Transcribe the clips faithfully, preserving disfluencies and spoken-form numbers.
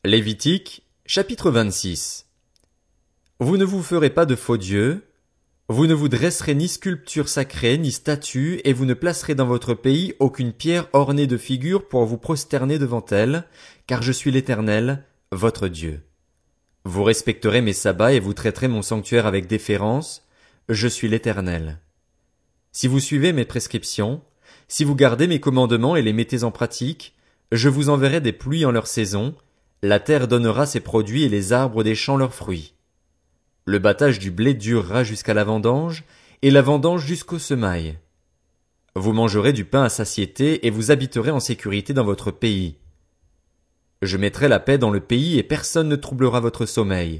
Lévitique, chapitre vingt-six. Vous ne vous ferez pas de faux dieux, vous ne vous dresserez ni sculpture sacrée, ni statue, et vous ne placerez dans votre pays aucune pierre ornée de figures pour vous prosterner devant elle, car je suis l'Éternel, votre Dieu. Vous respecterez mes sabbats et vous traiterez mon sanctuaire avec déférence, je suis l'Éternel. Si vous suivez mes prescriptions, si vous gardez mes commandements et les mettez en pratique, je vous enverrai des pluies en leur saison, la terre donnera ses produits et les arbres des champs leurs fruits. Le battage du blé durera jusqu'à la vendange, et la vendange jusqu'aux semailles. Vous mangerez du pain à satiété et vous habiterez en sécurité dans votre pays. Je mettrai la paix dans le pays et personne ne troublera votre sommeil.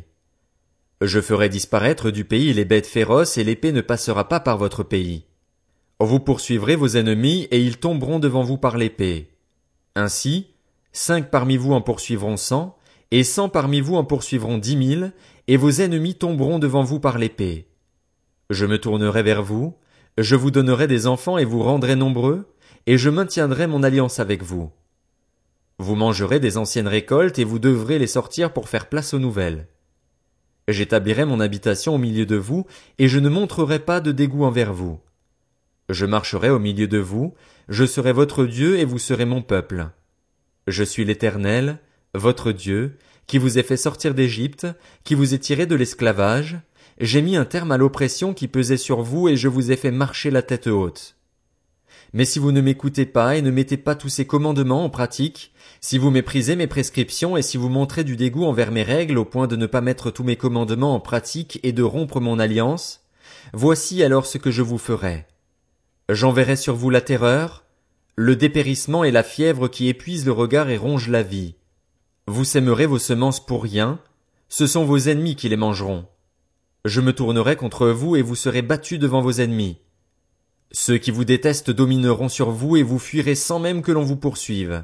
Je ferai disparaître du pays les bêtes féroces et l'épée ne passera pas par votre pays. Vous poursuivrez vos ennemis et ils tomberont devant vous par l'épée. Ainsi, cinq parmi vous en poursuivront cent, et cent parmi vous en poursuivront dix mille, et vos ennemis tomberont devant vous par l'épée. Je me tournerai vers vous, je vous donnerai des enfants et vous rendrai nombreux, et je maintiendrai mon alliance avec vous. Vous mangerez des anciennes récoltes et vous devrez les sortir pour faire place aux nouvelles. J'établirai mon habitation au milieu de vous, et je ne montrerai pas de dégoût envers vous. Je marcherai au milieu de vous, je serai votre Dieu et vous serez mon peuple. Je suis l'Éternel, votre Dieu, qui vous ai fait sortir d'Égypte, qui vous ai tiré de l'esclavage. J'ai mis un terme à l'oppression qui pesait sur vous et je vous ai fait marcher la tête haute. Mais si vous ne m'écoutez pas et ne mettez pas tous ces commandements en pratique, si vous méprisez mes prescriptions et si vous montrez du dégoût envers mes règles au point de ne pas mettre tous mes commandements en pratique et de rompre mon alliance, voici alors ce que je vous ferai. J'enverrai sur vous la terreur, le dépérissement et la fièvre qui épuisent le regard et rongent la vie. Vous sèmerez vos semences pour rien, ce sont vos ennemis qui les mangeront. Je me tournerai contre vous et vous serez battus devant vos ennemis. Ceux qui vous détestent domineront sur vous et vous fuirez sans même que l'on vous poursuive.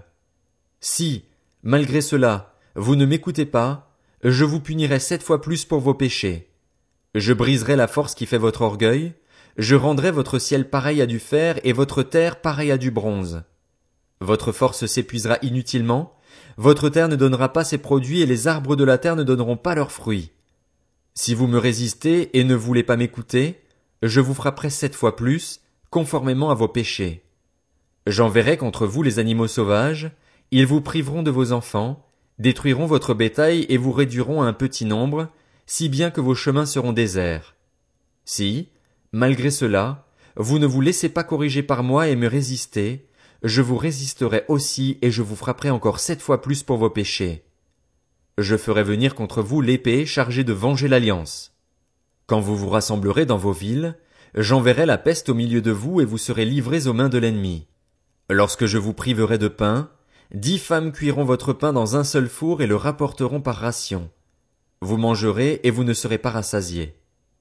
Si, malgré cela, vous ne m'écoutez pas, je vous punirai sept fois plus pour vos péchés. Je briserai la force qui fait votre orgueil, je rendrai votre ciel pareil à du fer et votre terre pareille à du bronze. Votre force s'épuisera inutilement, votre terre ne donnera pas ses produits et les arbres de la terre ne donneront pas leurs fruits. Si vous me résistez et ne voulez pas m'écouter, je vous frapperai sept fois plus, conformément à vos péchés. J'enverrai contre vous les animaux sauvages, ils vous priveront de vos enfants, détruiront votre bétail et vous réduiront à un petit nombre, si bien que vos chemins seront déserts. Si, malgré cela, vous ne vous laissez pas corriger par moi et me résistez, je vous résisterai aussi et je vous frapperai encore sept fois plus pour vos péchés. Je ferai venir contre vous l'épée chargée de venger l'alliance. Quand vous vous rassemblerez dans vos villes, j'enverrai la peste au milieu de vous et vous serez livrés aux mains de l'ennemi. Lorsque je vous priverai de pain, dix femmes cuiront votre pain dans un seul four et le rapporteront par ration. Vous mangerez et vous ne serez pas rassasiés.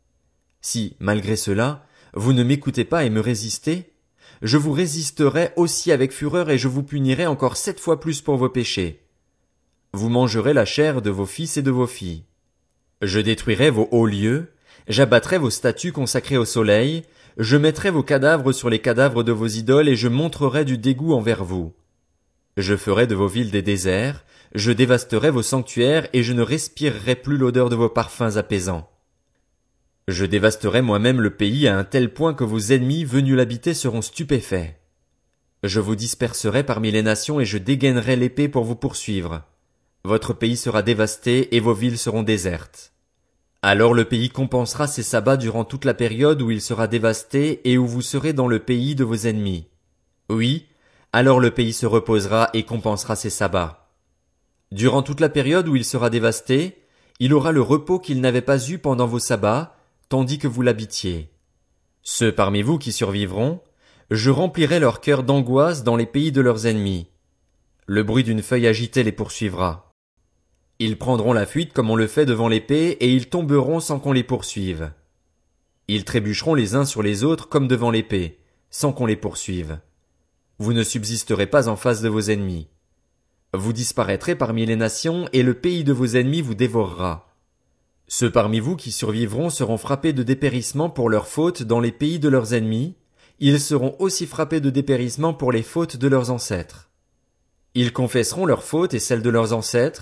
Si, malgré cela, vous ne m'écoutez pas et me résistez, je vous résisterai aussi avec fureur et je vous punirai encore sept fois plus pour vos péchés. Vous mangerez la chair de vos fils et de vos filles. Je détruirai vos hauts lieux, j'abattrai vos statues consacrées au soleil, je mettrai vos cadavres sur les cadavres de vos idoles et je montrerai du dégoût envers vous. Je ferai de vos villes des déserts, je dévasterai vos sanctuaires et je ne respirerai plus l'odeur de vos parfums apaisants. Je dévasterai moi-même le pays à un tel point que vos ennemis venus l'habiter seront stupéfaits. Je vous disperserai parmi les nations et je dégainerai l'épée pour vous poursuivre. Votre pays sera dévasté et vos villes seront désertes. Alors le pays compensera ses sabbats durant toute la période où il sera dévasté et où vous serez dans le pays de vos ennemis. Oui, alors le pays se reposera et compensera ses sabbats. Durant toute la période où il sera dévasté, il aura le repos qu'il n'avait pas eu pendant vos sabbats, tandis que vous l'habitiez. Ceux parmi vous qui survivront, je remplirai leur cœur d'angoisse dans les pays de leurs ennemis. Le bruit d'une feuille agitée les poursuivra. Ils prendront la fuite comme on le fait devant l'épée et ils tomberont sans qu'on les poursuive. Ils trébucheront les uns sur les autres comme devant l'épée, sans qu'on les poursuive. Vous ne subsisterez pas en face de vos ennemis. Vous disparaîtrez parmi les nations et le pays de vos ennemis vous dévorera. Ceux parmi vous qui survivront seront frappés de dépérissement pour leurs fautes dans les pays de leurs ennemis, ils seront aussi frappés de dépérissement pour les fautes de leurs ancêtres. Ils confesseront leurs fautes et celles de leurs ancêtres,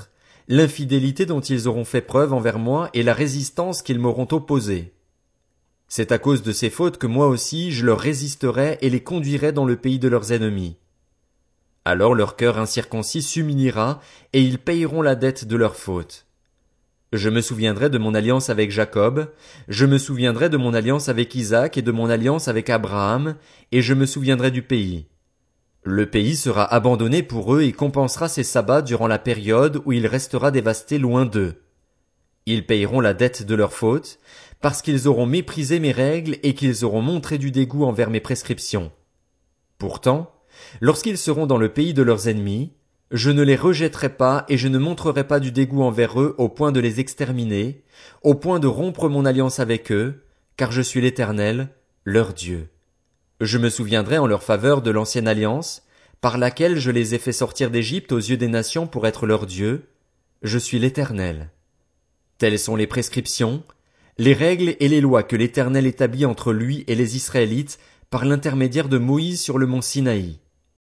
l'infidélité dont ils auront fait preuve envers moi et la résistance qu'ils m'auront opposée. C'est à cause de ces fautes que moi aussi je leur résisterai et les conduirai dans le pays de leurs ennemis. Alors leur cœur incirconcis s'humiliera et ils payeront la dette de leurs fautes. Je me souviendrai de mon alliance avec Jacob, je me souviendrai de mon alliance avec Isaac et de mon alliance avec Abraham, et je me souviendrai du pays. Le pays sera abandonné pour eux et compensera ses sabbats durant la période où il restera dévasté loin d'eux. Ils payeront la dette de leurs fautes, parce qu'ils auront méprisé mes règles et qu'ils auront montré du dégoût envers mes prescriptions. Pourtant, lorsqu'ils seront dans le pays de leurs ennemis, je ne les rejetterai pas et je ne montrerai pas du dégoût envers eux au point de les exterminer, au point de rompre mon alliance avec eux, car je suis l'Éternel, leur Dieu. Je me souviendrai en leur faveur de l'ancienne alliance, par laquelle je les ai fait sortir d'Égypte aux yeux des nations pour être leur Dieu. Je suis l'Éternel. Telles sont les prescriptions, les règles et les lois que l'Éternel établit entre lui et les Israélites par l'intermédiaire de Moïse sur le mont Sinaï.